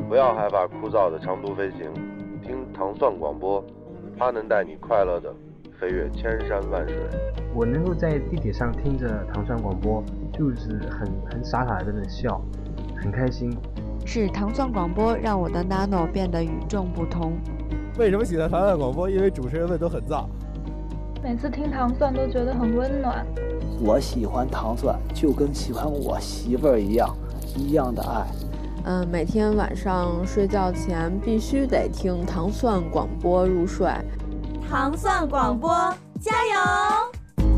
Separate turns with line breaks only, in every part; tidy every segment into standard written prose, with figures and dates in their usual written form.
不要害怕枯燥的长途飞行，听糖蒜广播，它能带你快乐的飞越千山万水。
我能够在地铁上听着糖蒜广播，就是很傻傻的在那笑，很开心。
是糖蒜广播让我的 Nano 变得与众不同。
为什么喜欢糖蒜广播？因为主持人们都很燥。
每次听糖蒜都觉得很温暖。
我喜欢糖蒜，就跟喜欢我媳妇儿一样的爱。
每天晚上睡觉前必须得听糖蒜广播入睡。
糖蒜广播，加油！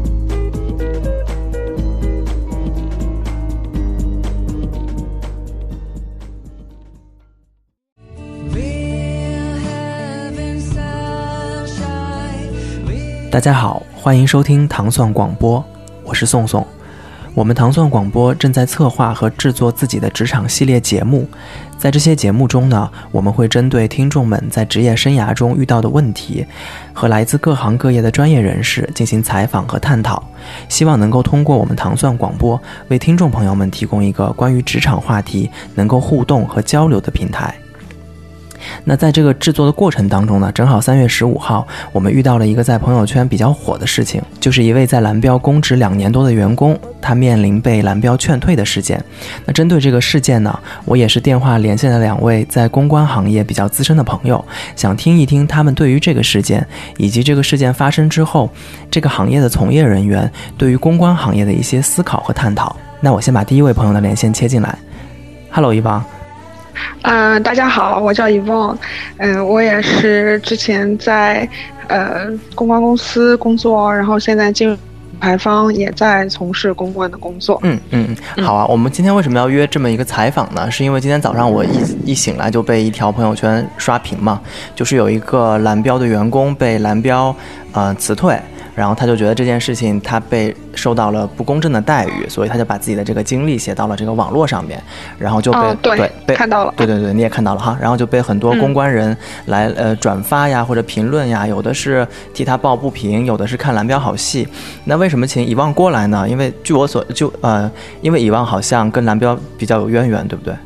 大家好，欢迎收听糖蒜广播，我是宋宋。我们糖蒜广播正在策划和制作自己的职场系列节目，在这些节目中呢，我们会针对听众们在职业生涯中遇到的问题，和来自各行各业的专业人士进行采访和探讨，希望能够通过我们糖蒜广播，为听众朋友们提供一个关于职场话题能够互动和交流的平台。那在这个制作的过程当中呢，正好3月15号，我们遇到了一个在朋友圈比较火的事情，就是一位在蓝标公职2年多的员工，他面临被蓝标劝退的事件。那针对这个事件呢，我也是电话连线了2位在公关行业比较资深的朋友，想听一听他们对于这个事件，以及这个事件发生之后，这个行业的从业人员对于公关行业的一些思考和探讨。那我先把第一位朋友的连线切进来。Hello， 一邦。
大家好，我叫 Yvonne，我也是之前在公关公司工作，然后现在进入品牌方，也在从事公关的工作。
好啊。我们今天为什么要约这么一个采访呢？是因为今天早上我一醒来就被一条朋友圈刷屏嘛，就是有一个蓝标的员工被蓝标辞退。然后他就觉得这件事情他被受到了不公正的待遇，所以他就把自己的这个经历写到了这个网络上面，然后就被
被看到了，
对，你也看到了哈，然后就被很多公关人来转发呀或者评论呀，有的是替他抱不平，有的是看蓝标好戏。那为什么请以望过来呢？因为据我因为以望好像跟蓝标比较有渊源，对不对？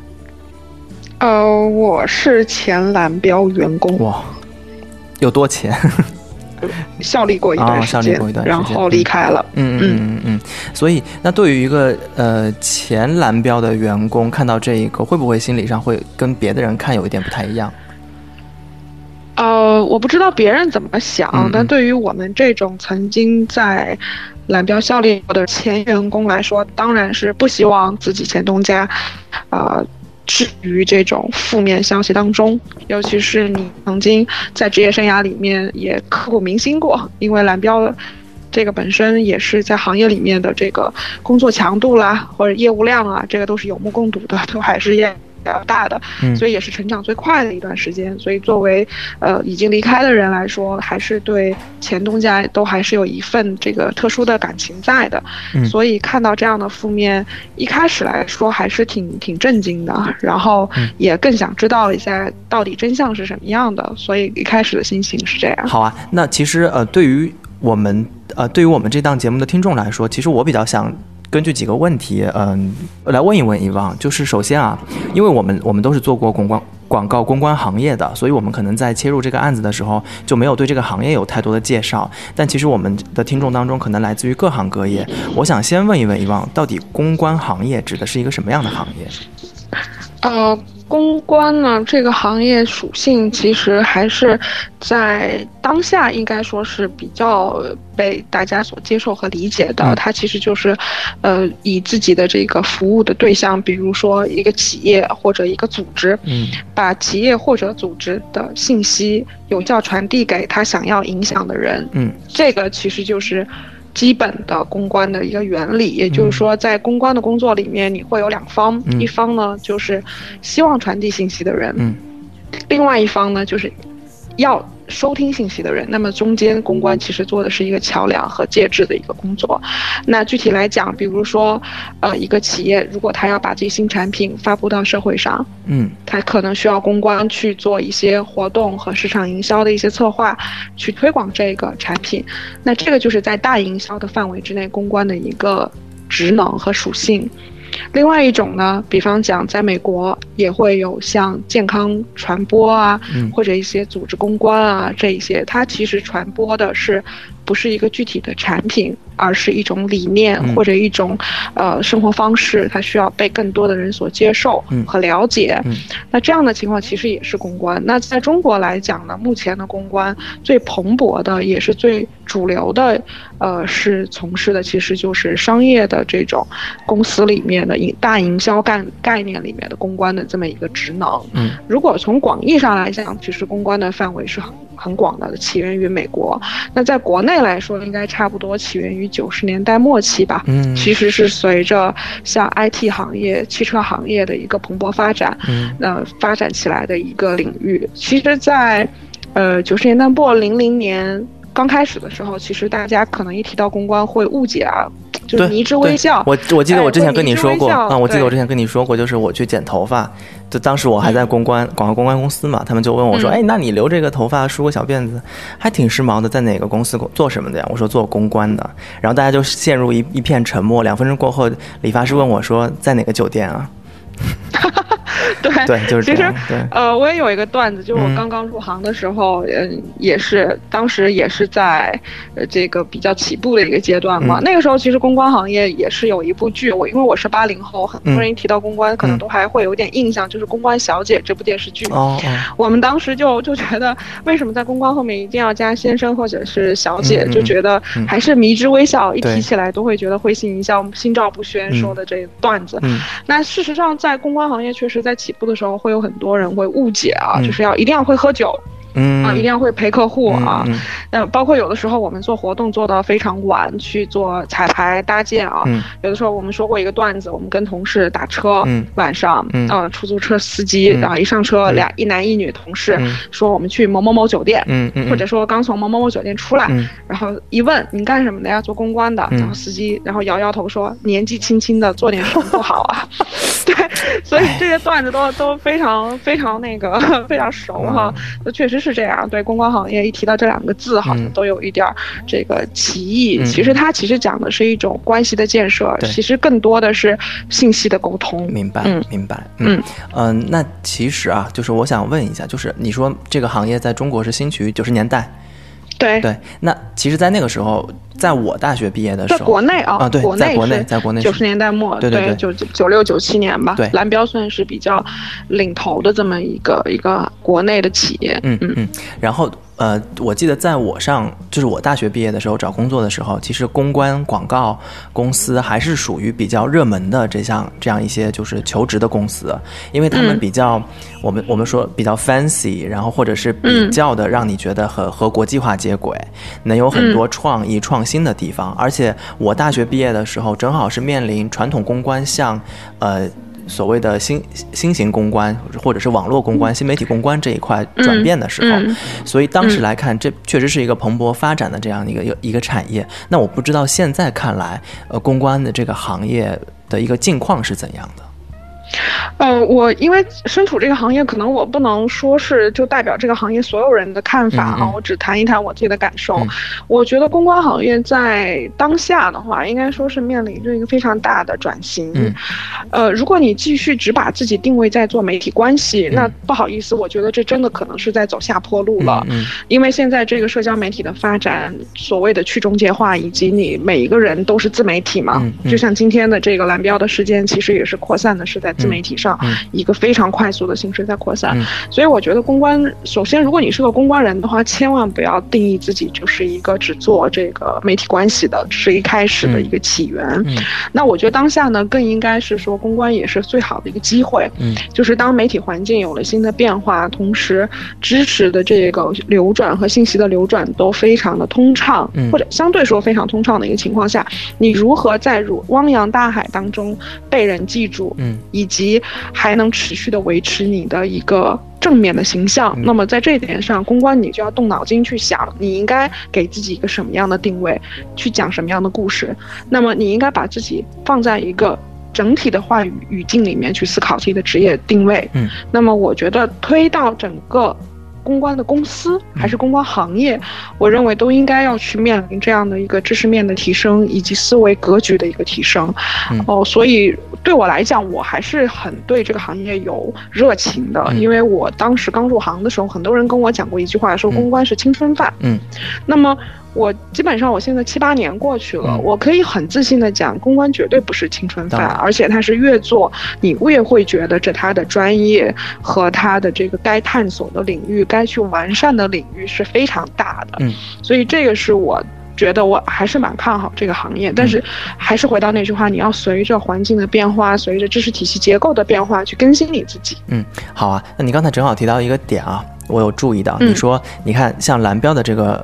我是前蓝标员工。
哇，有多前？
效力过一段时间，然后离开了。
所以那对于一个前蓝标的员工看到这一个，会不会心理上会跟别的人看有一点不太一样？
我不知道别人怎么想，但对于我们这种曾经在蓝标效力过的前员工来说，当然是不希望自己前东家至于这种负面消息当中，尤其是你曾经在职业生涯里面也刻骨铭心过，因为蓝标这个本身也是在行业里面的这个工作强度啦或者业务量啊，这个都是有目共睹的，都还是比较大的，所以也是成长最快的一段时间。所以作为已经离开的人来说，还是对前东家都还是有一份这个特殊的感情在的。所以看到这样的负面，一开始来说还是挺震惊的，然后也更想知道一下到底真相是什么样的，所以一开始的心情是这样。
好啊，那其实对于我们这档节目的听众来说，其实我比较想根据几个问题来问一问以望。就是首先啊，因为我们都是做过广告公关行业的，所以我们可能在切入这个案子的时候就没有对这个行业有太多的介绍，但其实我们的听众当中可能来自于各行各业。我想先问一问以望，到底公关行业指的是一个什么样的行业？
公关呢，这个行业属性其实还是在当下应该说是比较被大家所接受和理解的。它其实就是以自己的这个服务的对象，比如说一个企业或者一个组织，把企业或者组织的信息有效传递给他想要影响的人。这个其实就是基本的公关的一个原理，也就是说在公关的工作里面，你会有2方，一方呢就是希望传递信息的人，另外一方呢就是要收听信息的人。那么中间公关其实做的是一个桥梁和介质的一个工作。那具体来讲，比如说一个企业如果他要把这新产品发布到社会上，他可能需要公关去做一些活动和市场营销的一些策划，去推广这个产品。那这个就是在大营销的范围之内公关的一个职能和属性。 另外一种呢，比方讲在美国也会有像健康传播啊，或者一些组织公关啊，这一些它其实传播的是不是一个具体的产品，而是一种理念或者一种生活方式，它需要被更多的人所接受和了解。那这样的情况其实也是公关。那在中国来讲呢，目前的公关最蓬勃的也是最主流的是从事的其实就是商业的这种公司里面的大营销概念里面的公关的这么一个职能。如果从广义上来讲，其实公关的范围是很广的，起源于美国。那在国内来说，应该差不多起源于90年代末期吧。其实是随着像 IT 行业、汽车行业的一个蓬勃发展，发展起来的一个领域。其实在90年代末00年刚开始的时候，其实大家可能一提到公关会误解啊，就是迷之微笑。
我记得我之前跟你说过我记得我之前跟你说过，就是我去剪头发，就当时我还在广告公关公司嘛，他们就问我说，那你留这个头发梳个小辫子还挺时髦的，在哪个公司做什么的呀？我说做公关的。然后大家就陷入一片沉默。2分钟过后，理发师问我说，在哪个酒店啊？
对，
就是这样。
其实我也有一个段子，就是我刚刚入行的时候，也是当时也是在这个比较起步的一个阶段嘛。那个时候其实公关行业也是有一部剧，因为我是80后，很多人一提到公关，可能都还会有点印象，就是《公关小姐》这部电视剧。我们当时就觉得，为什么在公关后面一定要加先生或者是小姐？就觉得还是迷之微笑，一提起来都会觉得会心一笑，心照不宣说的这段子。那事实上，在公关行业确实在起步的时候，会有很多人会误解啊，就是一定要会喝酒。一定要会陪客户啊，包括有的时候我们做活动做到非常晚，去做彩排搭建啊，有的时候我们说过一个段子，我们跟同事打车，晚上出租车司机然后一上车一男一女同事说我们去某某某酒店，或者说刚从某某某酒店出来，然后一问你干什么的呀？做公关的，然后司机然后摇摇头说年纪轻轻的做点什么不好啊？对，所以这些段子都非常非常那个非常熟哈，确实是这样。对，公关行业一提到这2个字，好像都有一点这个歧义。其实它讲的是一种关系的建设，其实更多的是信息的沟通。
明白。那其实啊，就是我想问一下，就是你说这个行业在中国是兴起于90年代。
对，
那其实在那个时候，在我大学毕业的时候，
在国内啊，
对，在国内
90年代末，对，96、97年吧。对，蓝标算是比较领头的这么一个国内的企业。
然后我记得在就是我大学毕业的时候找工作的时候，其实公关广告公司还是属于比较热门的这样一些就是求职的公司，因为他们比较我们说比较 fancy， 然后或者是比较的让你觉得和国际化接轨，能有很多创意创新的地方。而且我大学毕业的时候正好是面临传统公关向所谓的新型公关或者是网络公关、新媒体公关这一块转变的时候，所以当时来看，这确实是一个蓬勃发展的这样一个产业。那我不知道现在看来，公关的这个行业的一个境况是怎样的？
我因为身处这个行业，可能我不能说是就代表这个行业所有人的看法啊，我只谈一谈我自己的感受。我觉得公关行业在当下的话，应该说是面临着一个非常大的转型。如果你继续只把自己定位在做媒体关系，那不好意思，我觉得这真的可能是在走下坡路了。因为现在这个社交媒体的发展，所谓的去中介化，以及你每一个人都是自媒体嘛，就像今天的这个蓝标的事件，其实也是扩散的是在自媒体上一个非常快速的形式在扩散。所以我觉得公关，首先如果你是个公关人的话，千万不要定义自己就是一个只做这个媒体关系的，这是一开始的一个起源。那我觉得当下呢，更应该是说公关也是最好的一个机会。就是当媒体环境有了新的变化，同时知识的这个流转和信息的流转都非常的通畅，或者相对说非常通畅的一个情况下，你如何在汪洋大海当中被人记住，以及还能持续的维持你的一个正面的形象，那么在这一点上，公关你就要动脑筋去想，你应该给自己一个什么样的定位，去讲什么样的故事。那么你应该把自己放在一个整体的话语境里面去思考自己的职业定位。那么我觉得推到整个公关的公司还是公关行业，我认为都应该要去面临这样的一个知识面的提升以及思维格局的一个提升。所以对我来讲，我还是很对这个行业有热情的，因为我当时刚入行的时候，很多人跟我讲过一句话，说公关是青春饭。那么我基本上我现在7、8年过去了，我可以很自信的讲，公关绝对不是青春饭，而且它是越做你越会觉得它的专业和它的这个该探索的领域、该去完善的领域是非常大的。所以这个是我觉得我还是蛮看好这个行业，但是还是回到那句话，你要随着环境的变化，随着知识体系结构的变化去更新你自己。
好啊，那你刚才正好提到一个点啊，我有注意到，你说你看像蓝标的这个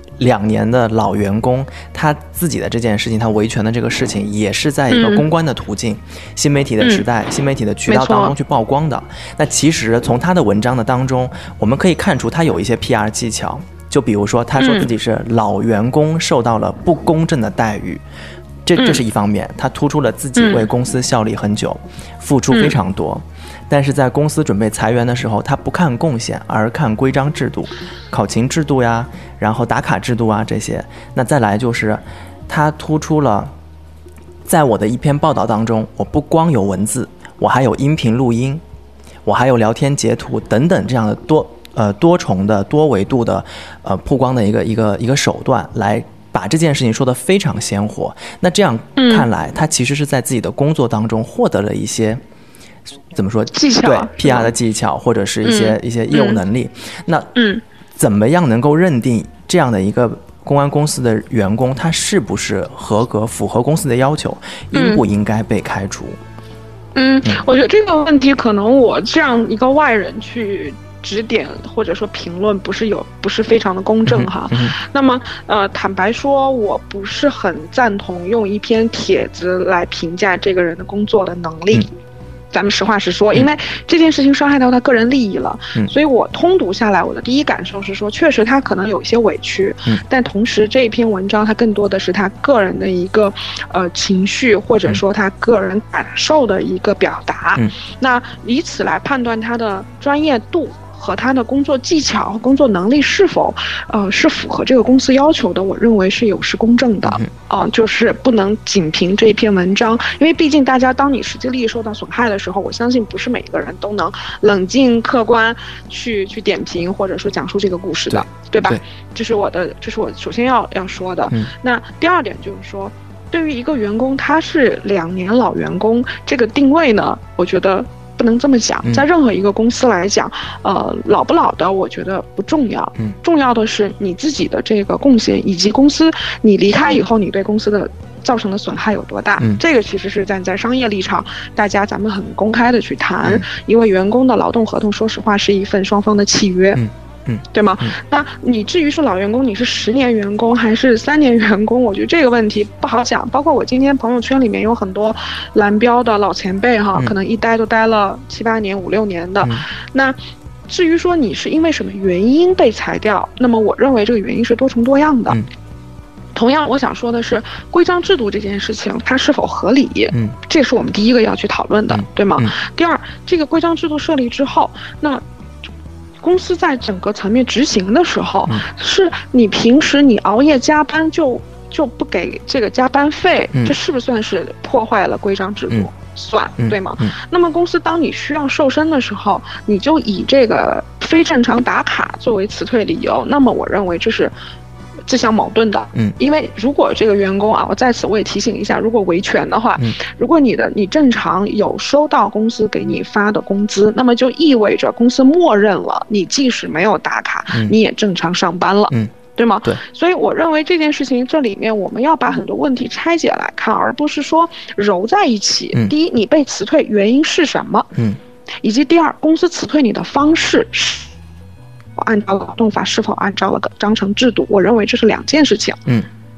2年的老员工，他自己的这件事情，他维权的这个事情，也是在一个公关的途径、新媒体的时代、新媒体的渠道当中去曝光的。那其实从他的文章的当中，我们可以看出他有一些 PR 技巧，就比如说他说自己是老员工受到了不公正的待遇。这是一方面，他突出了自己为公司效力很久，付出非常多，但是在公司准备裁员的时候，他不看贡献，而看规章制度、考勤制度呀，然后打卡制度啊这些。那再来就是他突出了，在我的一篇报道当中，我不光有文字，我还有音频录音，我还有聊天截图等等这样的多重的多维度的曝光的一个手段，来把这件事情说得非常鲜活。那这样看来，他其实是在自己的工作当中获得了一些怎么说
技巧，
对 PR 的技巧，或者是一些业务能力。那怎么样能够认定这样的一个公关公司的员工他是不是合格，符合公司的要求，应不应该被开除？
我觉得这个问题可能我这样一个外人去指点或者说评论不是非常的公正哈。那么坦白说，我不是很赞同用一篇帖子来评价这个人的工作的能力。咱们实话实说，因为这件事情伤害到他个人利益了，所以我通读下来，我的第一感受是说，确实他可能有一些委屈，但同时这一篇文章它更多的是他个人的一个情绪，或者说他个人感受的一个表达。那以此来判断他的专业度和他的工作技巧和工作能力是否是符合这个公司要求的，我认为是有失公正的。就是不能仅凭这一篇文章，因为毕竟大家当你实际利益受到损害的时候，我相信不是每个人都能冷静客观去点评或者说讲述这个故事的，对吧？这是我首先要说的。那第二点就是说，对于一个员工他是2年老员工这个定位呢，我觉得不能这么讲，在任何一个公司来讲，老不老的我觉得不重要，重要的是你自己的这个贡献，以及公司你离开以后你对公司的造成的损害有多大。这个其实是站在商业立场，咱们很公开的去谈，因为员工的劳动合同说实话是一份双方的契约。对吗？那你至于是老员工，你是10年员工还是3年员工，我觉得这个问题不好讲。包括我今天朋友圈里面有很多蓝标的老前辈哈，可能一待都待了7、8年、5、6年的。那至于说你是因为什么原因被裁掉，那么我认为这个原因是多重多样的。同样我想说的是，规章制度这件事情它是否合理，这是我们第一个要去讨论的，对吗？第二，这个规章制度设立之后，那公司在整个层面执行的时候，是你平时你熬夜加班就不给这个加班费，这是不是算是破坏了规章制度？算，对吗？那么公司当你需要瘦身的时候，你就以这个非正常打卡作为辞退理由，那么我认为这是自相矛盾的。因为如果这个员工啊，我在此我也提醒一下，如果维权的话，如果你正常有收到公司给你发的工资，那么就意味着公司默认了你即使没有打卡，你也正常上班了。对吗？对，所以我认为这件事情这里面我们要把很多问题拆解来看，而不是说揉在一起。第一，你被辞退原因是什么？以及第二，公司辞退你的方式是按照劳动法是否按照了章程制度，我认为这是2件事情。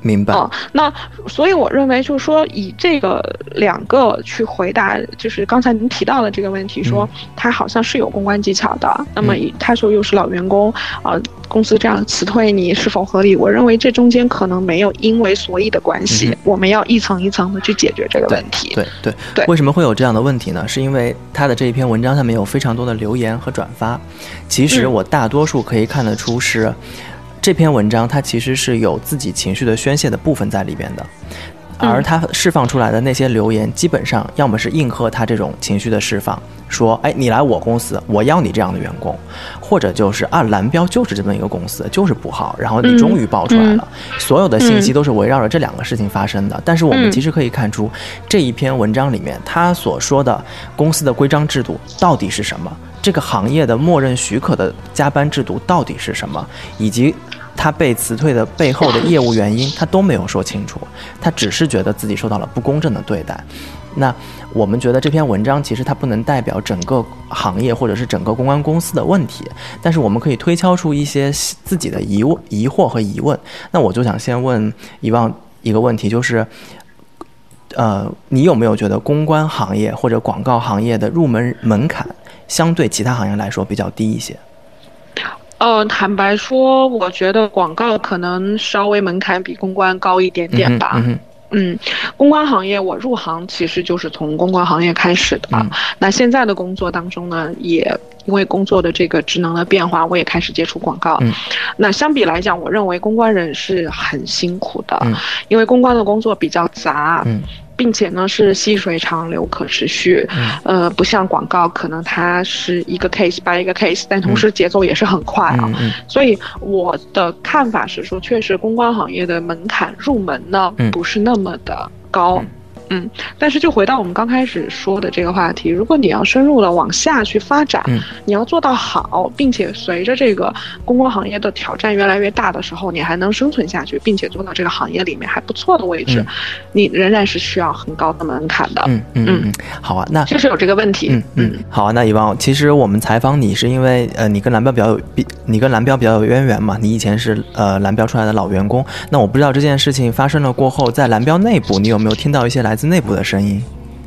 明白。
那所以我认为就是说，以这个2个去回答，就是刚才您提到的这个问题，说他好像是有公关技巧的，那么他说又是老员工，公司这样辞退你是否合理？我认为这中间可能没有因为所以的关系，我们要一层一层的去解决这个问题。
对。为什么会有这样的问题呢？是因为他的这一篇文章下面有非常多的留言和转发，其实我大多数可以看得出是。这篇文章它其实是有自己情绪的宣泄的部分在里边的，而他释放出来的那些留言基本上要么是应和他这种情绪的释放，说你来我公司我要你这样的员工，或者就是蓝标就是这么一个公司就是不好，然后你终于爆出来了，所有的信息都是围绕着这2个事情发生的。但是我们其实可以看出这一篇文章里面他所说的公司的规章制度到底是什么，这个行业的默认许可的加班制度到底是什么，以及他被辞退的背后的业务原因他都没有说清楚，他只是觉得自己受到了不公正的对待。那我们觉得这篇文章其实它不能代表整个行业或者是整个公关公司的问题，但是我们可以推敲出一些自己的疑惑和疑问。那我就想先问遗忘一个问题，就是你有没有觉得公关行业或者广告行业的入门门槛相对其他行业来说比较低一些？
坦白说，我觉得广告可能稍微门槛比公关高一点点吧。公关行业我入行其实就是从公关行业开始的。那现在的工作当中呢，也因为工作的这个职能的变化，我也开始接触广告。那相比来讲，我认为公关人是很辛苦的，因为公关的工作比较杂。并且呢是细水长流可持续，不像广告可能它是一个 case by 一个 case， 但同时节奏也是很快啊。所以我的看法是说，确实公关行业的门槛入门呢不是那么的高。但是就回到我们刚开始说的这个话题，如果你要深入的往下去发展，你要做到好，并且随着这个公关行业的挑战越来越大的时候，你还能生存下去，并且做到这个行业里面还不错的位置，你仍然是需要很高的门槛的。
好啊，那
就是有这个问题。
好啊，那遗忘，其实我们采访你是因为你跟蓝标比较有渊源嘛，你以前是蓝标出来的老员工。那我不知道这件事情发生了过后，在蓝标内部你有没有听到一些来自内部的声音？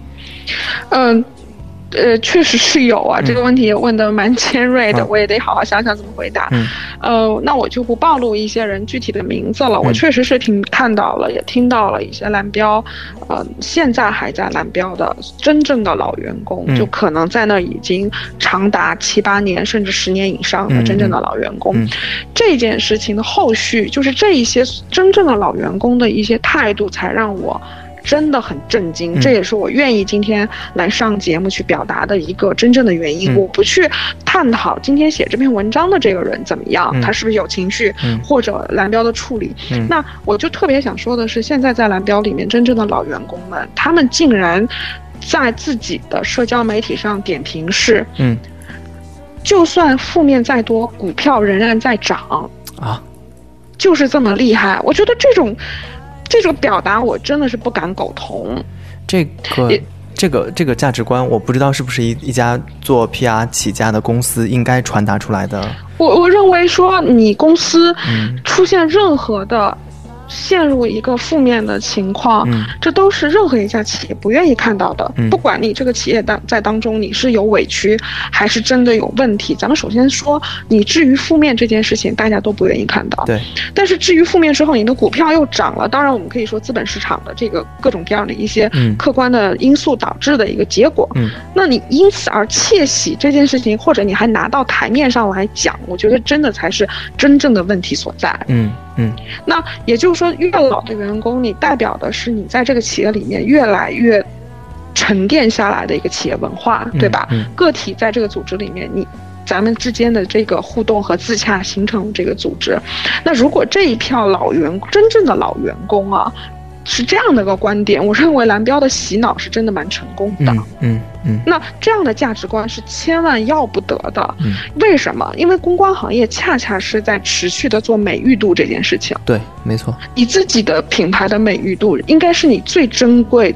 确实是有啊，这个问题也问得蛮尖锐的，我也得好好想想怎么回答。那我就不暴露一些人具体的名字了。我确实是看到了，也听到了一些蓝标，现在还在蓝标的真正的老员工，就可能在那已经长达7、8年甚至10年以上的真正的老员工。这件事情的后续，就是这一些真正的老员工的一些态度，才让我真的很震惊，这也是我愿意今天来上节目去表达的一个真正的原因。我不去探讨今天写这篇文章的这个人怎么样，他是不是有情绪，或者蓝标的处理。那我就特别想说的是，现在在蓝标里面真正的老员工们，他们竟然在自己的社交媒体上点评是，就算负面再多，股票仍然在涨啊，就是这么厉害。我觉得这种表达我真的是不敢苟同。
这个价值观，我不知道是不是一家做 PR 起家的公司应该传达出来的。
我认为说，你公司出现任何的陷入一个负面的情况，这都是任何一家企业不愿意看到的。不管你这个企业在当中你是有委屈还是真的有问题，咱们首先说，你至于负面这件事情大家都不愿意看到。对。但是至于负面之后你的股票又涨了，当然我们可以说资本市场的这个各种各样的一些客观的因素导致的一个结果。那你因此而窃喜这件事情，或者你还拿到台面上来讲，我觉得真的才是真正的问题所在。那也就是说，越老的员工，你代表的是你在这个企业里面越来越沉淀下来的一个企业文化，对吧？个体在这个组织里面，咱们之间的这个互动和自洽形成这个组织。那如果这一票老员工，真正的老员工啊，是这样的一个观点，我认为蓝标的洗脑是真的蛮成功的。那这样的价值观是千万要不得的。为什么？因为公关行业恰恰是在持续的做美誉度这件事情。
对，没错。
你自己的品牌的美誉度应该是你最珍贵的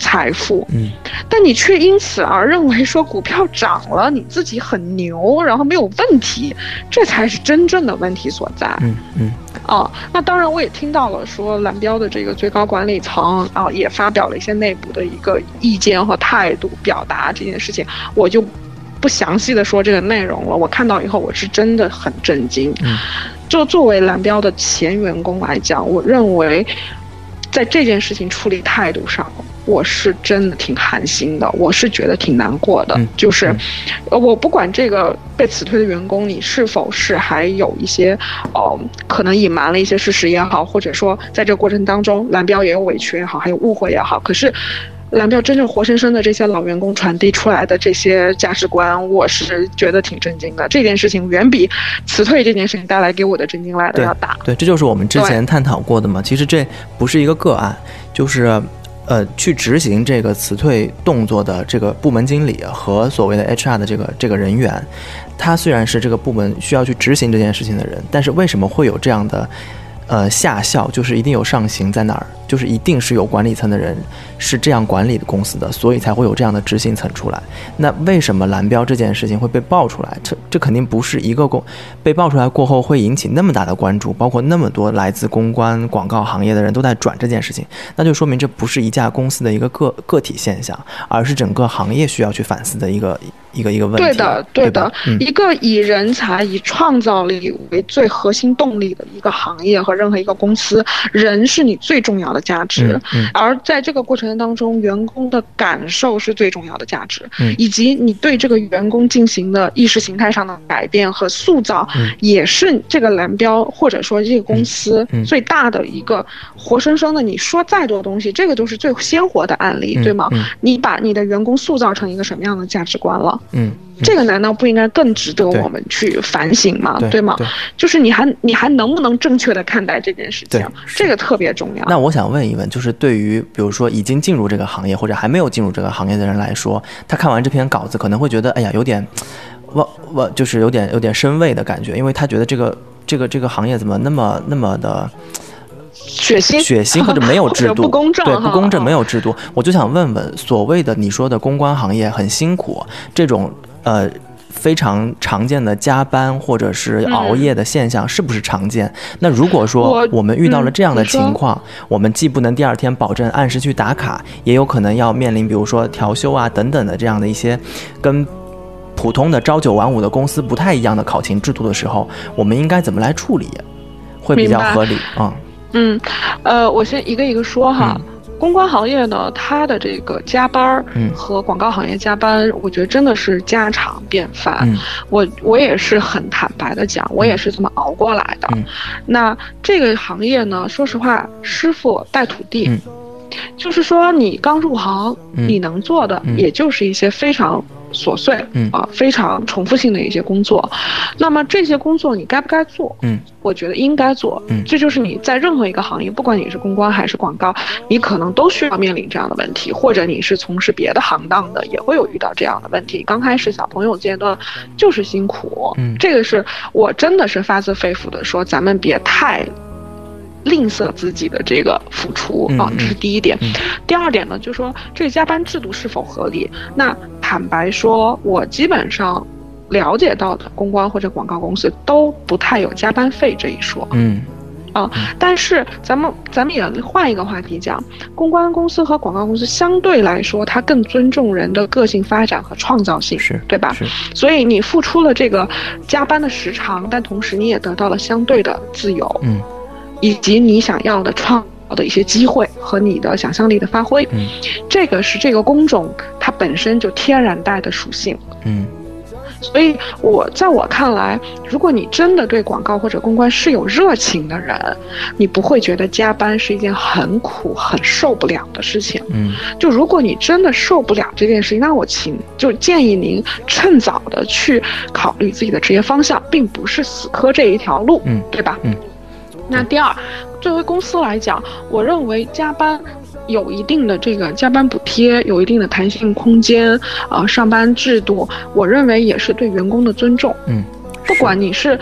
财富，但你却因此而认为说股票涨了，你自己很牛，然后没有问题，这才是真正的问题所在。那当然我也听到了说蓝标的这个最高管理层也发表了一些内部的一个意见和态度，表达这件事情，我就不详细的说这个内容了。我看到以后我是真的很震惊。就作为蓝标的前员工来讲，我认为在这件事情处理态度上，我是真的挺寒心的，我是觉得挺难过的。就是我不管这个被辞退的员工你是否是还有一些可能隐瞒了一些事实也好，或者说在这个过程当中蓝标也有委屈也好，还有误会也好，可是蓝标真正活生生的这些老员工传递出来的这些价值观，我是觉得挺震惊的。这件事情远比辞退这件事情带来给我的震惊来的要大。
对，这就是我们之前探讨过的嘛。其实这不是一个个案，就是去执行这个辞退动作的这个部门经理和所谓的 HR 的这个人员，他虽然是这个部门需要去执行这件事情的人，但是为什么会有这样的下效，就是一定有上行在哪儿，就是一定是有管理层的人是这样管理的公司的，所以才会有这样的执行层出来。那为什么蓝标这件事情会被爆出来？这肯定不是一个被爆出来过后会引起那么大的关注，包括那么多来自公关广告行业的人都在转这件事情，那就说明这不是一家公司的一个个体现象，而是整个行业需要去反思的一个问题。
对的，一个以人才以创造力为最核心动力的一个行业和任何一个公司，人是你最重要的价值，而在这个过程当中员工的感受是最重要的价值，以及你对这个员工进行的意识形态上的改变和塑造，也是这个蓝标或者说这个公司最大的一个活生生的，你说再多东西，这个都是最鲜活的案例，对吗？你把你的员工塑造成一个什么样的价值观了？这个难道不应该更值得我们去反省吗？对吗？就是你还能不能正确的看待这件事情？这个特别重要。
那我想问一问，就是对于比如说已经进入这个行业或者还没有进入这个行业的人来说，他看完这篇稿子可能会觉得，哎呀，有点就是有点生畏的感觉，因为他觉得这个行业怎么那么的血腥或者没有制度，
不公正，
对，不公正，没有制度。我就想问问，所谓的你说的公关行业很辛苦，这种非常常见的加班或者是熬夜的现象是不是常见？那如果说我们遇到了这样的情况，我们既不能第二天保证按时去打卡，也有可能要面临比如说调休啊等等的这样的一些跟普通的朝九晚五的公司不太一样的考勤制度的时候，我们应该怎么来处理会比较合理
我先一个一个说哈。公关行业呢，它的这个加班和广告行业加班，我觉得真的是家常便饭。我也是很坦白的讲，我也是这么熬过来的。那这个行业呢，说实话，师傅带徒弟，就是说你刚入行，你能做的也就是一些非常琐碎非常重复性的一些工作。那么这些工作你该不该做？我觉得应该做。这就是你在任何一个行业，不管你是公关还是广告，你可能都需要面临这样的问题，或者你是从事别的行当的，也会有遇到这样的问题。刚开始小朋友阶段就是辛苦，这个是我真的是发自肺腑的说，咱们别太吝啬自己的这个付出这是第一点。第二点呢，就是说这个加班制度是否合理？那坦白说，我基本上了解到的公关或者广告公司都不太有加班费这一说。但是咱们也换一个话题讲，公关公司和广告公司相对来说，它更尊重人的个性发展和创造性，对吧？所以你付出了这个加班的时长，但同时你也得到了相对的自由，以及你想要的创造的一些机会和你的想象力的发挥。这个是这个工种它本身就天然带的属性。所以在我看来，如果你真的对广告或者公关是有热情的人，你不会觉得加班是一件很苦很受不了的事情。就如果你真的受不了这件事情，那我就建议您趁早的去考虑自己的职业方向，并不是死磕这一条路，对吧？那第二，作为公司来讲，我认为加班有一定的这个加班补贴，有一定的弹性空间上班制度，我认为也是对员工的尊重。不管你是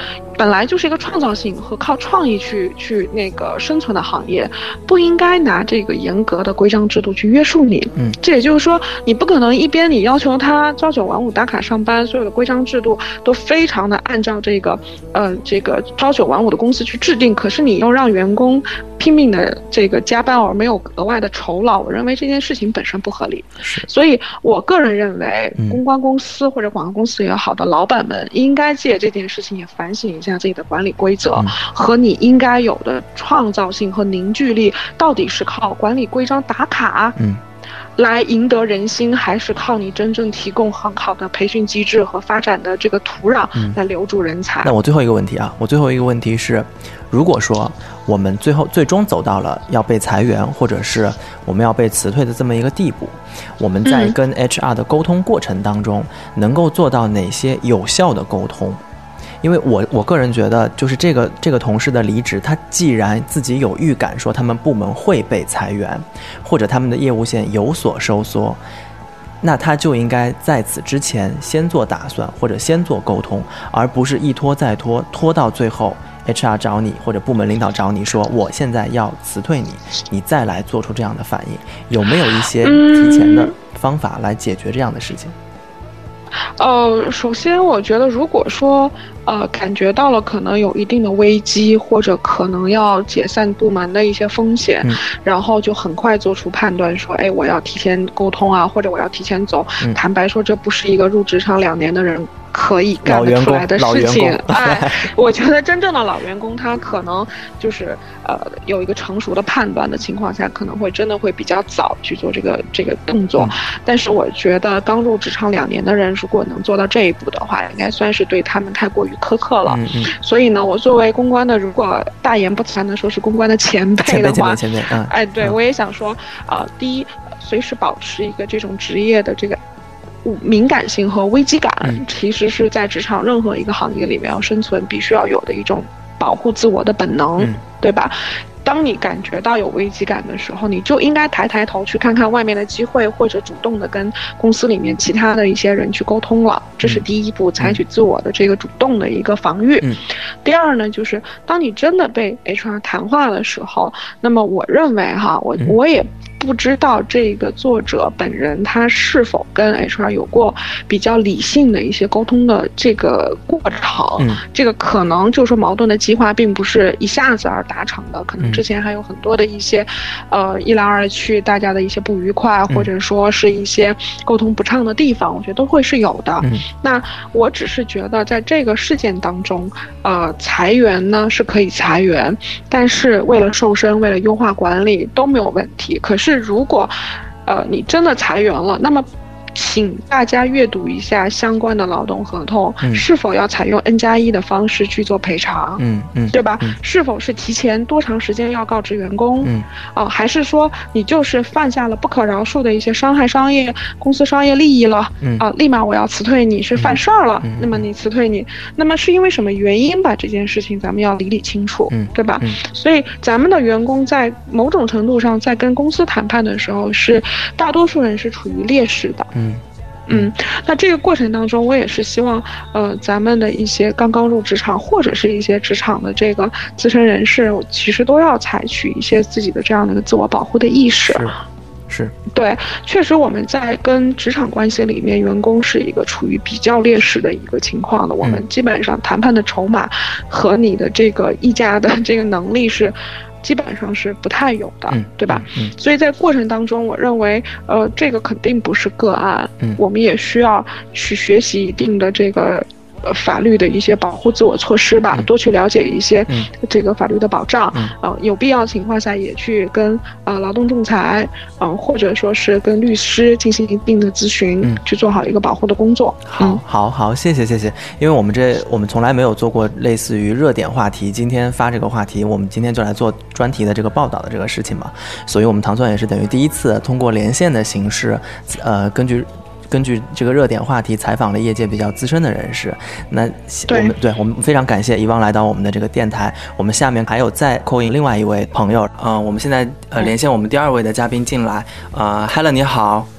本来就是一个创造性和靠创意去那个生存的行业，不应该拿这个严格的规章制度去约束你。这也就是说，你不可能一边你要求他朝9晚5打卡上班，所有的规章制度都非常的按照这个朝9晚5的公司去制定，可是你又让员工拼命的这个加班而没有额外的酬劳，我认为这件事情本身不合理。所以我个人认为，公关公司或者广告公司也好的老板们，应该借这件事情也反省一下自己的管理规则和你应该有的创造性和凝聚力，到底是靠管理规章打卡来赢得人心，还是靠你真正提供很好的培训机制和发展的这个土壤来留住人才。
那我最后一个问题是，如果说我们最终走到了要被裁员或者是我们要被辞退的这么一个地步，我们在跟 HR 的沟通过程当中能够做到哪些有效的沟通？因为我个人觉得，就是这个同事的离职，他既然自己有预感说他们部门会被裁员，或者他们的业务线有所收缩，那他就应该在此之前先做打算，或者先做沟通，而不是一拖再拖，拖到最后 HR 找你或者部门领导找你说我现在要辞退你，你再来做出这样的反应，有没有一些提前的方法来解决这样的事情？
首先我觉得如果说感觉到了可能有一定的危机，或者可能要解散部门的一些风险，然后就很快做出判断说我要提前沟通啊，或者我要提前走，坦白说这不是一个入职场2年的人可以干得出来的事情。我觉得真正的老员工他可能就是有一个成熟的判断的情况下，可能会真的会比较早去做这个动作。但是我觉得刚入职场2年的人如果能做到这一步的话，应该算是对他们太过于苛刻了。所以呢，我作为公关的，如果大言不惭的说是公关的前辈的话，对，我也想说第一，随时保持一个这种职业的这个敏感性和危机感，其实是在职场任何一个行业里面要生存必须要有的一种保护自我的本能，对吧？当你感觉到有危机感的时候，你就应该抬头去看看外面的机会，或者主动的跟公司里面其他的一些人去沟通了，这是第一步，采取自我的这个主动的一个防御。第二呢，就是当你真的被 HR 谈话的时候，那么我认为我也不知道这个作者本人他是否跟 HR 有过比较理性的一些沟通的这个过程，这个可能就是说矛盾的激化并不是一下子而达成的，可能之前还有很多的一些一来二去大家的一些不愉快，或者说是一些沟通不畅的地方，我觉得都会是有的。那我只是觉得在这个事件当中裁员呢是可以裁员，但是为了瘦身，为了优化管理都没有问题。可是如果你真的裁员了，那么请大家阅读一下相关的劳动合同，是否要采用 N+1的方式去做赔偿，对吧？是否是提前多长时间要告知员工，还是说你就是犯下了不可饶恕的一些伤害公司商业利益了，立马我要辞退你是犯事儿了，那么你辞退你，那么是因为什么原因吧？这件事情咱们要理清楚，对吧？所以咱们的员工在某种程度上在跟公司谈判的时候，是大多数人是处于劣势的。那这个过程当中，我也是希望咱们的一些刚刚入职场或者是一些职场的这个资深人士，其实都要采取一些自己的这样的一个自我保护的意识。
是
对，确实我们在跟职场关系里面，员工是一个处于比较劣势的一个情况的。我们基本上谈判的筹码和你的这个议价的这个能力是基本上是不太有的，对吧？所以在过程当中，我认为这个肯定不是个案，我们也需要去学习一定的这个法律的一些保护自我措施吧，多去了解一些这个法律的保障，有必要情况下也去跟劳动仲裁，或者说是跟律师进行一定的咨询，去做好一个保护的工作。
好，谢谢。因为我们从来没有做过类似于热点话题，今天发这个话题，我们今天就来做专题的这个报道的这个事情嘛，所以我们糖蒜也是等于第一次通过连线的形式，根据这个热点话题采访了业界比较资深的人士。那我们非常感谢遗忘来到我们的这个电台。我们下面还有再扣引另外一位朋友，我们现在连线我们第2位的嘉宾进来。Helen 你好。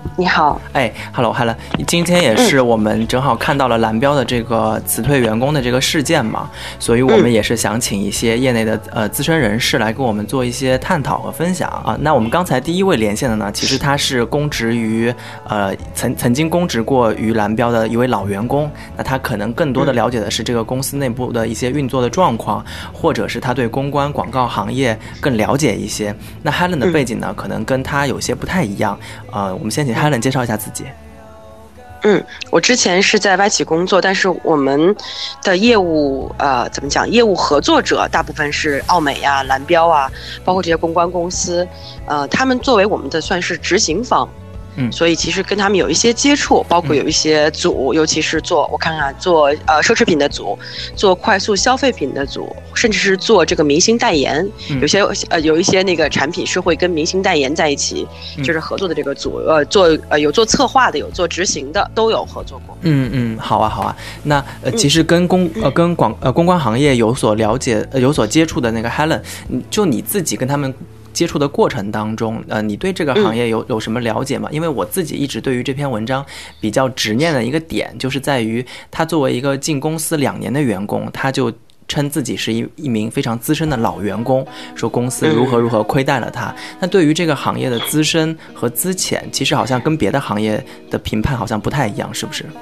你好，
Hello，今天也是我们正好看到了蓝标的这个辞退员工的这个事件嘛，所以我们也是想请一些业内的资深人士来跟我们做一些探讨和分享啊。那我们刚才第一位连线的呢，其实他是公职于曾经公职过于蓝标的一位老员工，那他可能更多的了解的是这个公司内部的一些运作的状况，或者是他对公关广告行业更了解一些。那 Helen 的背景呢，可能跟他有些不太一样，我们先请Helen介绍一下自己。
我之前是在外企工作，但是我们的业务怎么讲？业务合作者大部分是奥美呀、蓝标啊，包括这些公关公司，他们作为我们的算是执行方。所以其实跟他们有一些接触，包括有一些组，尤其是做奢侈品的组，做快速消费品的组，甚至是做这个明星代言，有一些那个产品是会跟明星代言在一起，就是合作的这个组，有做策划的，有做执行的，都有合作过。
好啊。那其实跟公关行业有所了解、有所接触的那个 Helen， 就你自己跟他们接触的过程当中，你对这个行业有什么了解吗？因为我自己一直对于这篇文章比较执念的一个点，就是在于他作为一个进公司2年的员工，他就称自己是一名非常资深的老员工，说公司如何亏待了他。那对于这个行业的资深和资浅，其实好像跟别的行业的评判好像不太一样，是不是？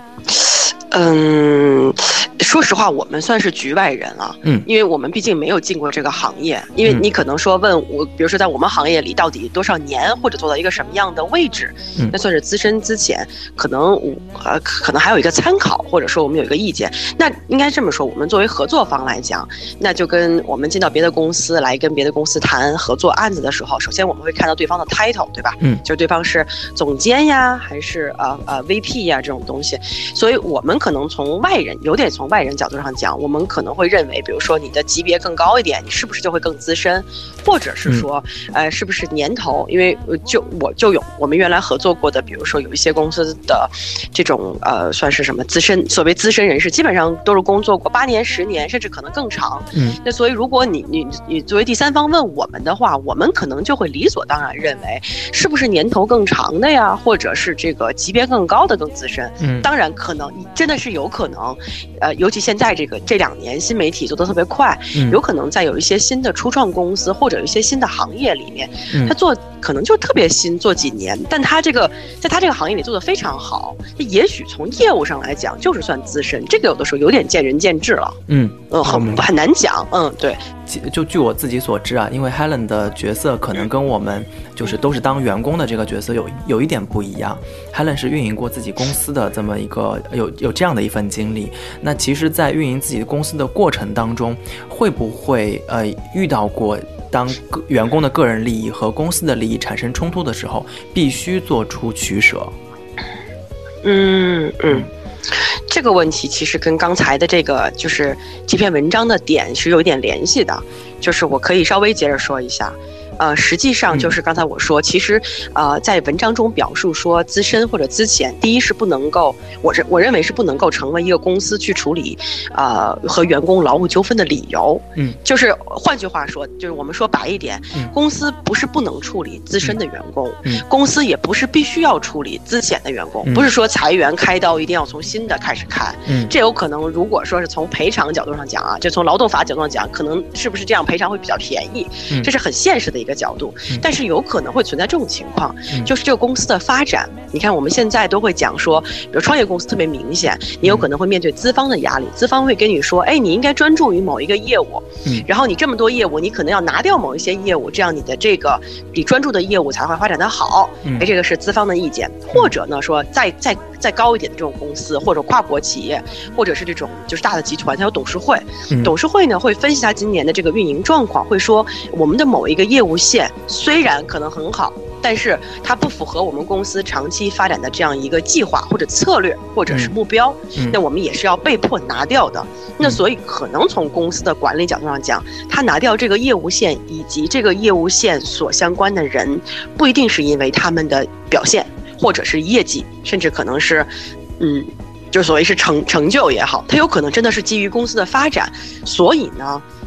说实话，我们算是局外人了，因为我们毕竟没有进过这个行业。因为你可能说问我，比如说在我们行业里到底多少年，或者做到一个什么样的位置，那算是资深资浅，可能还有一个参考，或者说我们有一个意见。那应该这么说，我们作为合作方来讲，那就跟我们进到别的公司来跟别的公司谈合作案子的时候，首先我们会看到对方的 title， 对吧？就是对方是总监呀，还是VP 呀这种东西。所以我们可能从外人角度上讲，我们可能会认为，比如说你的级别更高一点，你是不是就会更资深，或者是说，是不是年头？因为我们原来合作过的，比如说有一些公司的这种算是什么所谓资深人士，基本上都是工作过8年、10年，甚至可能更长。那所以如果你作为第三方问我们的话，我们可能就会理所当然认为，是不是年头更长的呀，或者是这个级别更高的更资深？当然可能真的是有可能，尤其现在这2年新媒体做得特别快，有可能在有一些新的初创公司或者有一些新的行业里面，他做可能就特别新，做几年，但他在他这个行业里做得非常好，也许从业务上来讲就是算资深，这个有的时候有点见仁见智了。很难讲。对。
就据我自己所知啊，因为 Helen 的角色可能跟我们就是都是当员工的这个角色有一点不一样。Helen 是运营过自己公司的这么一个有这样的一份经历。那其实在运营自己的公司的过程当中，会不会遇到过当员工的个人利益和公司的利益产生冲突的时候，必须做出取舍？
这个问题其实跟刚才的这个就是这篇文章的点是有点联系的，就是我可以稍微接着说一下。实际上就是刚才我说，其实在文章中表述说资深或者资浅，第一是不能够，我认为是不能够成为一个公司去处理和员工劳务纠纷的理由。就是换句话说，就是我们说白一点，公司不是不能处理资深的员工，公司也不是必须要处理资浅的员工，不是说裁员开刀一定要从新的开始开。这有可能，如果说是从赔偿角度上讲啊，就从劳动法角度上讲，可能是不是这样赔偿会比较便宜，这是很现实的一个角度。但是有可能会存在这种情况，就是这个公司的发展，你看我们现在都会讲说，比如创业公司特别明显，你有可能会面对资方的压力，资方会跟你说，你应该专注于某一个业务，然后你这么多业务，你可能要拿掉某一些业务，这样你专注的业务才会发展得好。这个是资方的意见。或者呢说再高一点的这种公司，或者跨国企业，或者是这种就是大的集团，它有董事会，董事会呢会分析它今年的这个运营状况，会说我们的某一个业务线虽然可能很好，但是它不符合我们公司长期发展的这样一个计划或者策略或者是目标，那我们也是要被迫拿掉的。那所以可能从公司的管理角度上讲，他拿掉这个业务线以及这个业务线所相关的人，不一定是因为他们的表现或者是业绩，甚至可能是就所谓是成就也好，它有可能真的是基于公司的发展。所以呢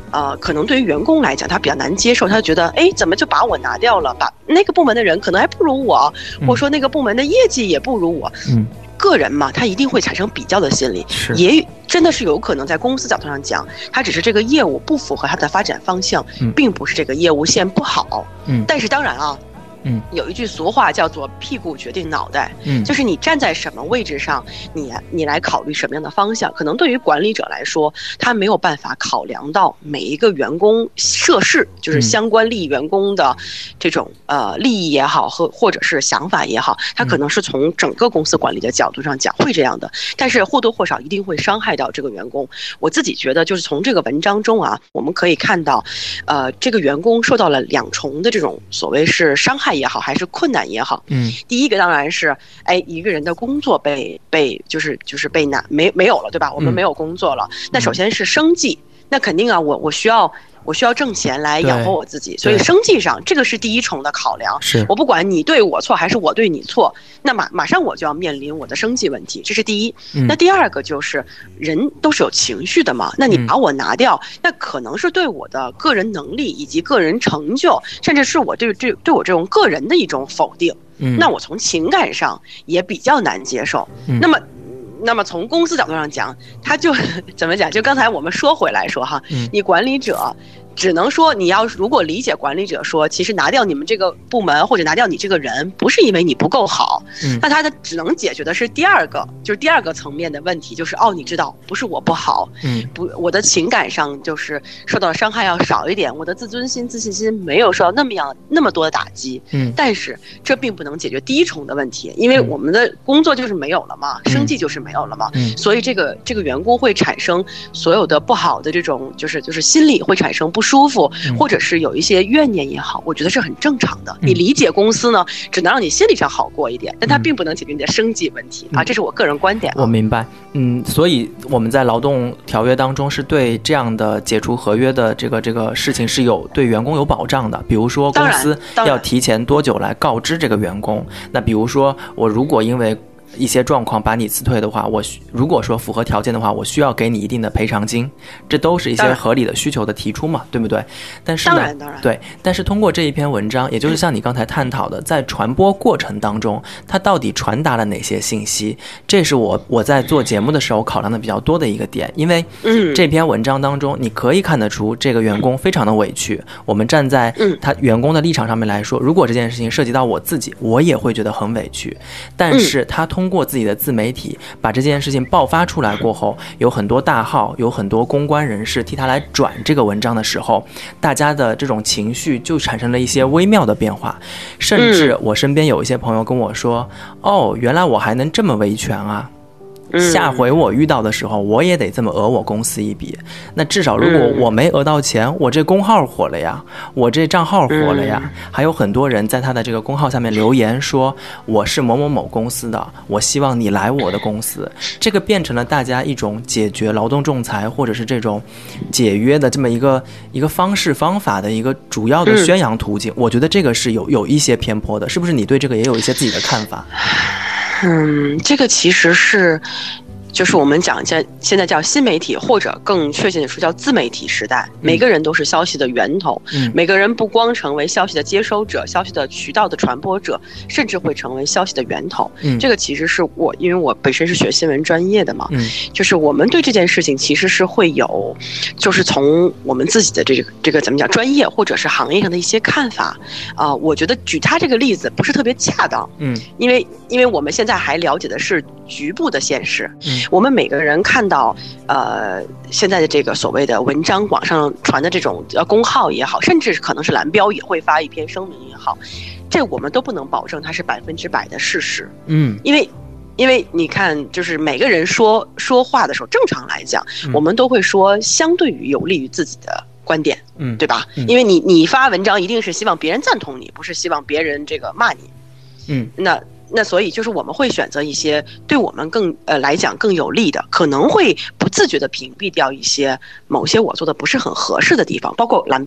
可能对于员工来讲他比较难接受，他觉得怎么就把我拿掉了，把那个部门的人可能还不如我，或者说那个部门的业绩也不如我。个人嘛，他一定会产生比较的心理，也真的是有可能在公司角度上讲，他只是这个业务不符合他的发展方向，并不是这个业务线不好。但是当然啊，有一句俗话叫做屁股决定脑袋，就是你站在什么位置上，你来考虑什么样的方向。可能对于管理者来说，他没有办法考量到每一个员工涉事，就是相关利益员工的这种利益也好，或者是想法也好，他可能是从整个公司管理的角度上讲会这样的，但是或多或少一定会伤害到这个员工。我自己觉得就是从这个文章中啊，我们可以看到，这个员工受到了两重的这种所谓是伤害也好，还是困难也好，第一个当然是，一个人的工作被就是被没有了，对吧？我们没有工作了，那首先是生计，那肯定啊，我需要挣钱来养活我自己，所以生计上这个是第一重的考量。我不管你对我错还是我对你错，那马上我就要面临我的生计问题，这是第一。那第二个就是人都是有情绪的嘛，那你把我拿掉，那可能是对我的个人能力以及个人成就，甚至是我对我这种个人的一种否定。那我从情感上也比较难接受。那么从公司角度上讲，他就怎么讲？就刚才我们说回来说哈，你管理者只能说你要如果理解管理者说，其实拿掉你们这个部门或者拿掉你这个人，不是因为你不够好，那他的只能解决的是第二个层面的问题，就是你知道不是我不好，我的情感上就是受到的伤害要少一点，我的自尊心、自信心没有受到那么多的打击，但是这并不能解决第一重的问题，因为我们的工作就是没有了嘛，生计就是没有了嘛，所以这个员工会产生所有的不好的这种就是心理会产生不舒服，或者是有一些怨念也好，我觉得是很正常的。你理解公司呢，只能让你心理上好过一点，但它并不能解决你的生计问题啊，这是我个人观点。
我明白，所以我们在劳动条约当中是对这样的解除合约的这个事情是有对员工有保障的，比如说公司要提前多久来告知这个员工，那比如说我如果因为一些状况把你辞退的话，我如果说符合条件的话，我需要给你一定的赔偿金，这都是一些合理的需求的提出嘛，对不对？但是呢，
当然
对，但是通过这一篇文章，也就是像你刚才探讨的，在传播过程当中，它到底传达了哪些信息？这是我在做节目的时候考量的比较多的一个点，因为这篇文章当中，你可以看得出这个员工非常的委屈。我们站在他员工的立场上面来说，如果这件事情涉及到我自己，我也会觉得很委屈。但是他通过自己的自媒体把这件事情爆发出来过后，有很多大号，有很多公关人士替他来转这个文章的时候，大家的这种情绪就产生了一些微妙的变化，甚至我身边有一些朋友跟我说，原来我还能这么维权啊，下回我遇到的时候我也得这么讹我公司一笔，那至少如果我没讹到钱，我这公号火了呀，我这账号火了呀，还有很多人在他的这个公号下面留言说我是某某某公司的，我希望你来我的公司，这个变成了大家一种解决劳动仲裁或者是这种解约的这么一个方式方法的一个主要的宣扬途径。我觉得这个是有一些偏颇的，是不是你对这个也有一些自己的看法？
这个其实是就是我们讲现在叫新媒体，或者更确切的说叫自媒体时代，每个人都是消息的源头，每个人不光成为消息的接收者，消息的渠道的传播者，甚至会成为消息的源头。这个其实是因为我本身是学新闻专业的嘛，就是我们对这件事情其实是会有，就是从我们自己的这个怎么讲专业或者是行业上的一些看法我觉得举他这个例子不是特别恰当，因为我们现在还了解的是局部的现实，我们每个人看到现在的这个所谓的文章网上传的这种公号也好，甚至可能是蓝标也会发一篇声明也好，这我们都不能保证它是100%的事实。因为你看，就是每个人说话的时候，正常来讲，我们都会说相对于有利于自己的观点，对吧？因为你发文章一定是希望别人赞同你，不是希望别人这个骂你。那所以就是我们会选择一些对我们来讲更有利的，可能会不自觉的屏蔽掉一些某些我做的不是很合适的地方，包括蓝标。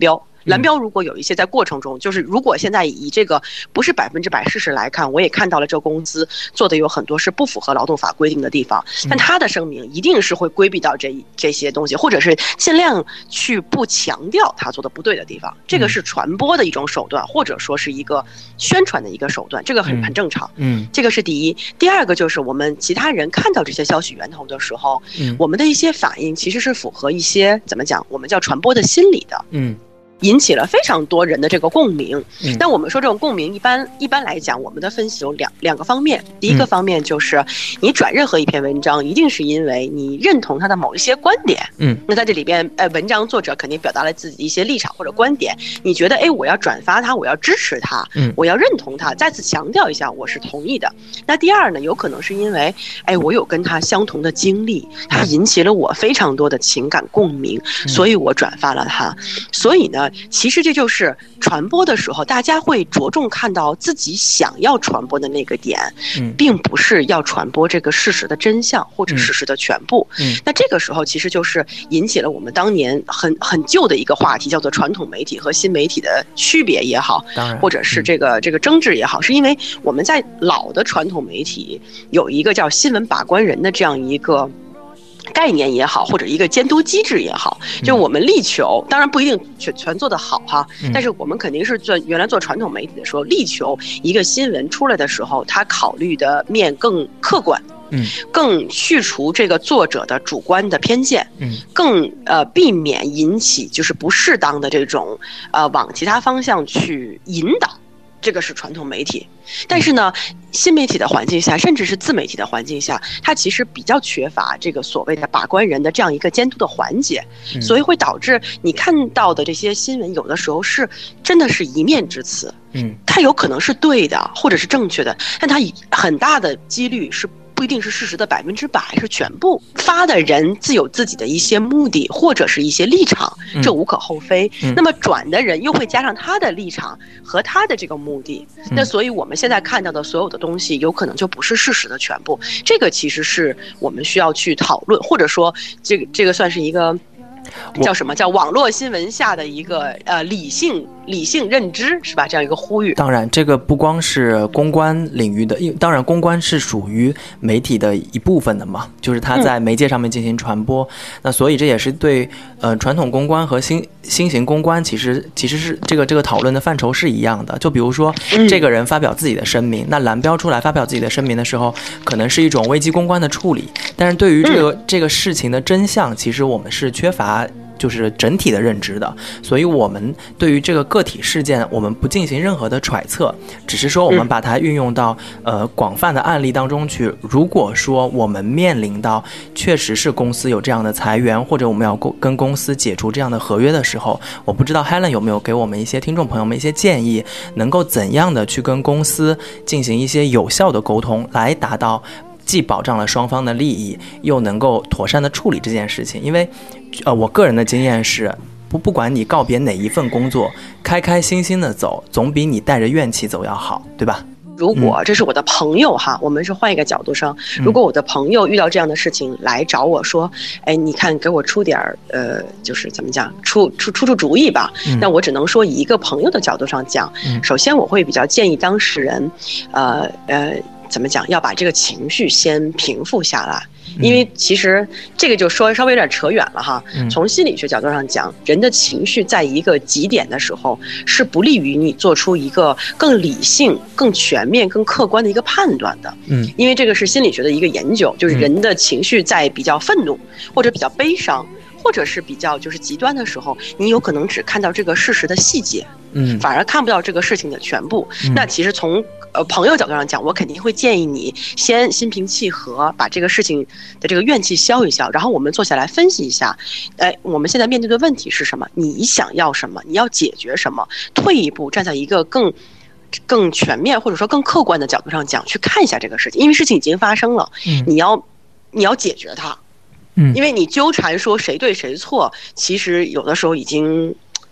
蓝标如果有一些在过程中，就是如果现在以这个不是100%事实来看，我也看到了这个公司做的有很多是不符合劳动法规定的地方，但他的声明一定是会规避到这些东西，或者是尽量去不强调他做的不对的地方。这个是传播的一种手段，或者说是一个宣传的一个手段，这个很正常。这个是第一。第二个就是我们其他人看到这些消息源头的时候，我们的一些反应其实是符合一些怎么讲，我们叫传播的心理的。引起了非常多人的这个共鸣。那我们说这种共鸣一般来讲，我们的分析有两个方面。第一个方面就是你转任何一篇文章，一定是因为你认同他的某一些观点。那在这里边，文章作者肯定表达了自己的一些立场或者观点，你觉得我要转发他，我要支持他，我要认同他，再次强调一下我是同意的。那第二呢，有可能是因为我有跟他相同的经历，他引起了我非常多的情感共鸣，所以我转发了他。所以呢，其实这就是传播的时候，大家会着重看到自己想要传播的那个点，并不是要传播这个事实的真相或者事实的全部。那这个时候其实就是引起了我们当年很旧的一个话题，叫做传统媒体和新媒体的区别也好，或者是这个争执也好，是因为我们在老的传统媒体有一个叫新闻把关人的这样一个概念也好，或者一个监督机制也好，就我们力求，当然不一定全做得好哈，但是我们肯定是原来做传统媒体的时候，力求一个新闻出来的时候，他考虑的面更客观，更去除这个作者的主观的偏见，更避免引起就是不适当的这种往其他方向去引导。这个是传统媒体，但是呢，新媒体的环境下，甚至是自媒体的环境下，它其实比较缺乏这个所谓的把关人的这样一个监督的环节，所以会导致你看到的这些新闻，有的时候是真的是一面之词，它有可能是对的或者是正确的，但它很大的几率是不一定是事实的100%，是全部。发的人自有自己的一些目的或者是一些立场，这无可厚非。那么转的人又会加上他的立场和他的这个目的，那所以我们现在看到的所有的东西有可能就不是事实的全部。这个其实是我们需要去讨论，或者说这个算是一个叫什么，叫网络新闻下的一个理性认知，是吧？这样一个呼吁。
当然这个不光是公关领域的，当然公关是属于媒体的一部分的嘛，就是它在媒介上面进行传播，那所以这也是对传统公关和新型公关其实是这个讨论的范畴是一样的。就比如说这个人发表自己的声明，那蓝标出来发表自己的声明的时候，可能是一种危机公关的处理，但是对于这个事情的真相，其实我们是缺乏就是整体的认知的，所以我们对于这个个体事件，我们不进行任何的揣测，只是说我们把它运用到广泛的案例当中去。如果说我们面临到确实是公司有这样的裁员，或者我们要跟公司解除这样的合约的时候，我不知道 Helen 有没有给我们一些听众朋友们一些建议，能够怎样的去跟公司进行一些有效的沟通，来达到既保障了双方的利益，又能够妥善的处理这件事情。因为我个人的经验是，不管你告别哪一份工作，开开心心的走，总比你带着怨气走要好，对吧？
如果这是我的朋友哈，我们是换一个角度上，如果我的朋友遇到这样的事情来找我说，你看给我出点就是怎么讲，出主意吧。那我只能说以一个朋友的角度上讲，首先我会比较建议当事人，怎么讲，要把这个情绪先平复下来。因为其实这个就说稍微有点扯远了哈。从心理学角度上讲，人的情绪在一个极点的时候，是不利于你做出一个更理性、更全面、更客观的一个判断的。因为这个是心理学的一个研究，就是人的情绪在比较愤怒或者比较悲伤，或者是比较就是极端的时候，你有可能只看到这个事实的细节，反而看不到这个事情的全部。那其实从朋友角度上讲，我肯定会建议你先心平气和，把这个事情的这个怨气消一消，然后我们坐下来分析一下，我们现在面对的问题是什么？你想要什么？你要解决什么？退一步，站在一个更全面或者说更客观的角度上讲，去看一下这个事情，因为事情已经发生了，你要解决它。因为你纠缠说谁对谁错，其实有的时候已经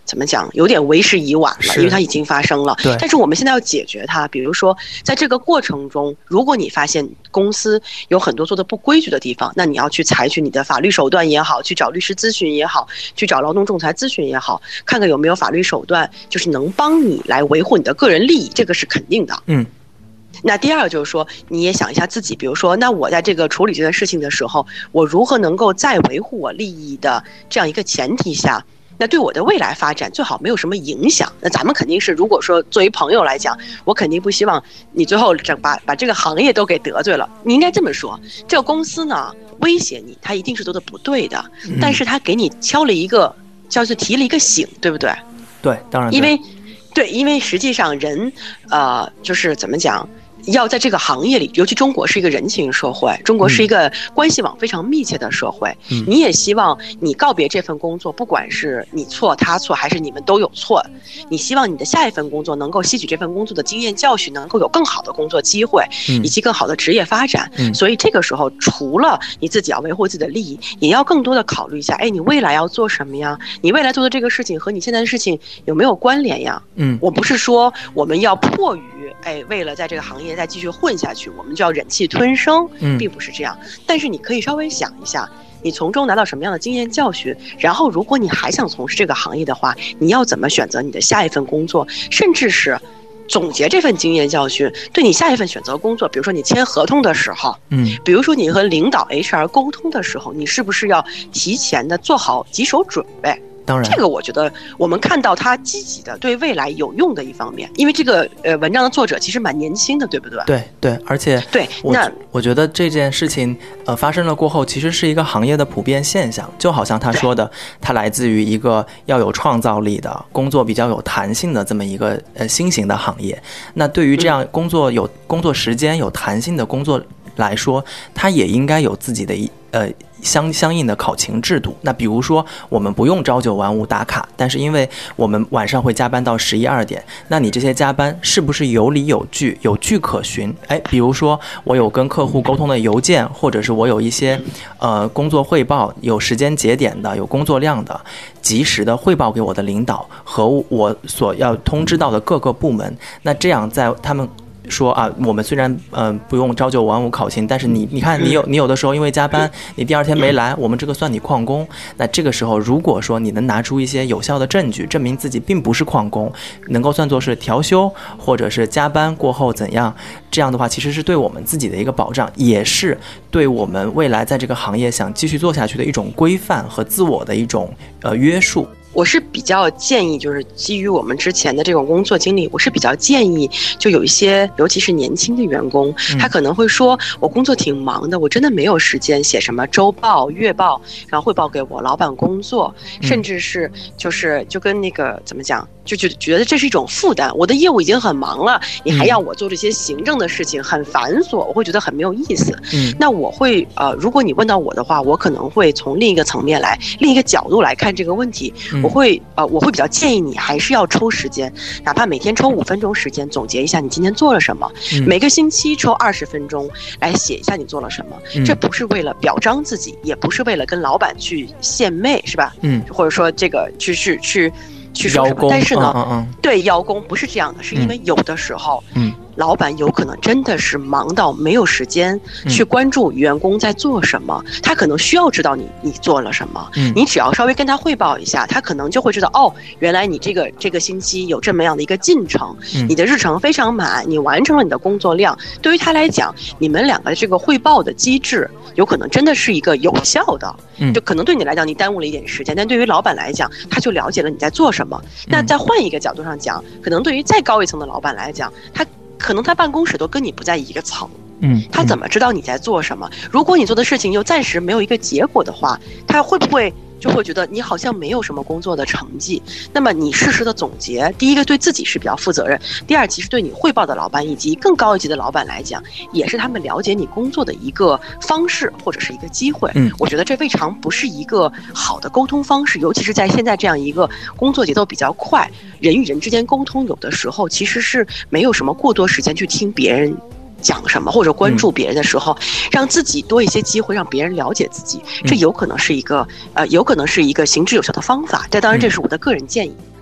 怎么讲，有点为时已晚了，因为它已经发生了。但是我们现在要解决它，比如说在这个过程中，如果你发现公司有很多做的不规矩的地方，那你要去采取你的法律手段也好，去找律师咨询也好，去找劳动仲裁咨询也好，看看有没有法律手段，就是能帮你来维护你的个人利益，这个是肯定的。那第二个就是说，你也想一下自己，比如说，那我在这个处理这件事情的时候，我如何能够在维护我利益的这样一个前提下，那对我的未来发展最好没有什么影响。那咱们肯定是，如果说作为朋友来讲，我肯定不希望你最后把这个行业都给得罪了。你应该这么说，这个公司呢威胁你，他一定是做的不对的，但是他给你敲了一个，叫做提了一个醒，对不对？
对，当然
对，因为实际上人，就是怎么讲？要在这个行业里，尤其中国是一个人情社会，中国是一个关系网非常密切的社会。你也希望你告别这份工作，不管是你错他错，还是你们都有错，你希望你的下一份工作能够吸取这份工作的经验教训，能够有更好的工作机会，以及更好的职业发展。所以这个时候，除了你自己要维护自己的利益，也要更多的考虑一下，你未来要做什么呀？你未来做的这个事情和你现在的事情有没有关联呀？我不是说我们要迫于为了在这个行业再继续混下去，我们就要忍气吞声，并不是这样。但是你可以稍微想一下，你从中拿到什么样的经验教训，然后如果你还想从事这个行业的话，你要怎么选择你的下一份工作，甚至是总结这份经验教训，对你下一份选择工作，比如说你签合同的时候，比如说你和领导 HR 沟通的时候，你是不是要提前的做好几手准备？
当然，
这个我觉得我们看到他积极的对未来有用的一方面，因为这个文章的作者其实蛮年轻的，对不对？
对，而且我觉得这件事情发生了过后，其实是一个行业的普遍现象，就好像他说的，它来自于一个要有创造力的工作比较有弹性的这么一个新型的行业。那对于这样工作有工作时间有弹性的工作来说，它也应该有自己的相应的考勤制度。那比如说我们不用朝九晚五打卡，但是因为我们晚上会加班到11、2点，那你这些加班是不是有理有据，有据可循？比如说我有跟客户沟通的邮件，或者是我有一些工作汇报，有时间节点的，有工作量的，及时的汇报给我的领导和我所要通知到的各个部门。那这样在他们说啊，我们虽然不用朝九晚五考勤，但是你看你有的时候因为加班，你第二天没来，我们这个算你旷工。那这个时候如果说你能拿出一些有效的证据，证明自己并不是旷工，能够算作是调休或者是加班过后怎样，这样的话其实是对我们自己的一个保障，也是对我们未来在这个行业想继续做下去的一种规范和自我的一种约束。
我是比较建议，就是基于我们之前的这种工作经历，我是比较建议，就有一些尤其是年轻的员工，他可能会说，我工作挺忙的，我真的没有时间写什么周报、月报，然后汇报给我老板工作，甚至是就跟那个怎么讲，就觉得这是一种负担。我的业务已经很忙了，你还要我做这些行政的事情，很繁琐，我会觉得很没有意思。那我会如果你问到我的话，我可能会从另一个层面来，另一个角度来看这个问题。我会比较建议你还是要抽时间，哪怕每天抽5分钟时间，总结一下你今天做了什么。每个星期抽20分钟来写一下你做了什么。这不是为了表彰自己，也不是为了跟老板去献媚，是吧？或者说这个去说什么？但是呢，对，邀功不是这样的，是因为有的时候，老板有可能真的是忙到没有时间去关注员工在做什么，他可能需要知道你做了什么。你只要稍微跟他汇报一下，他可能就会知道，哦，原来你这个星期有这么样的一个进程，你的日程非常满，你完成了你的工作量。对于他来讲，你们两个这个汇报的机制有可能真的是一个有效的，就可能对你来讲你耽误了一点时间，但对于老板来讲，他就了解了你在做什么。那再换一个角度上讲，可能对于再高一层的老板来讲，可能他办公室都跟你不在一个层，他怎么知道你在做什么？如果你做的事情又暂时没有一个结果的话，他会不会就会觉得你好像没有什么工作的成绩？那么你适时的总结，第一个对自己是比较负责任，第二其实对你汇报的老板以及更高一级的老板来讲，也是他们了解你工作的一个方式或者是一个机会。我觉得这未尝不是一个好的沟通方式，尤其是在现在这样一个工作节奏比较快，人与人之间沟通有的时候其实是没有什么过多时间去听别人讲什么或者关注别人的时候，让自己多一些机会让别人了解自己，这有可能是一个行之有效的方法。这当然这是我的个人建议。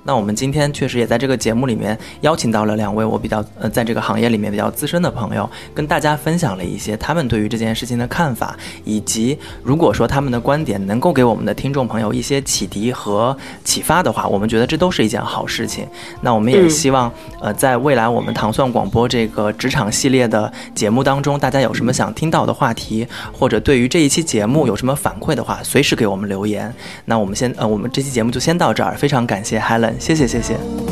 那我们今天确实也在这个节目里面邀请到了2位我比较在这个行业里面比较资深的朋友，跟大家分享了一些他们对于这件事情的看法，以及如果说他们的观点能够给我们的听众朋友一些启迪和启发的话，我们觉得这都是一件好事情。那我们也希望在未来我们糖蒜广播这个职场系列的节目当中，大家有什么想听到的话题，或者对于这一期节目有什么反馈的话，随时给我们留言。那我们这期节目就先到这儿，非常感谢 Helen， 谢谢。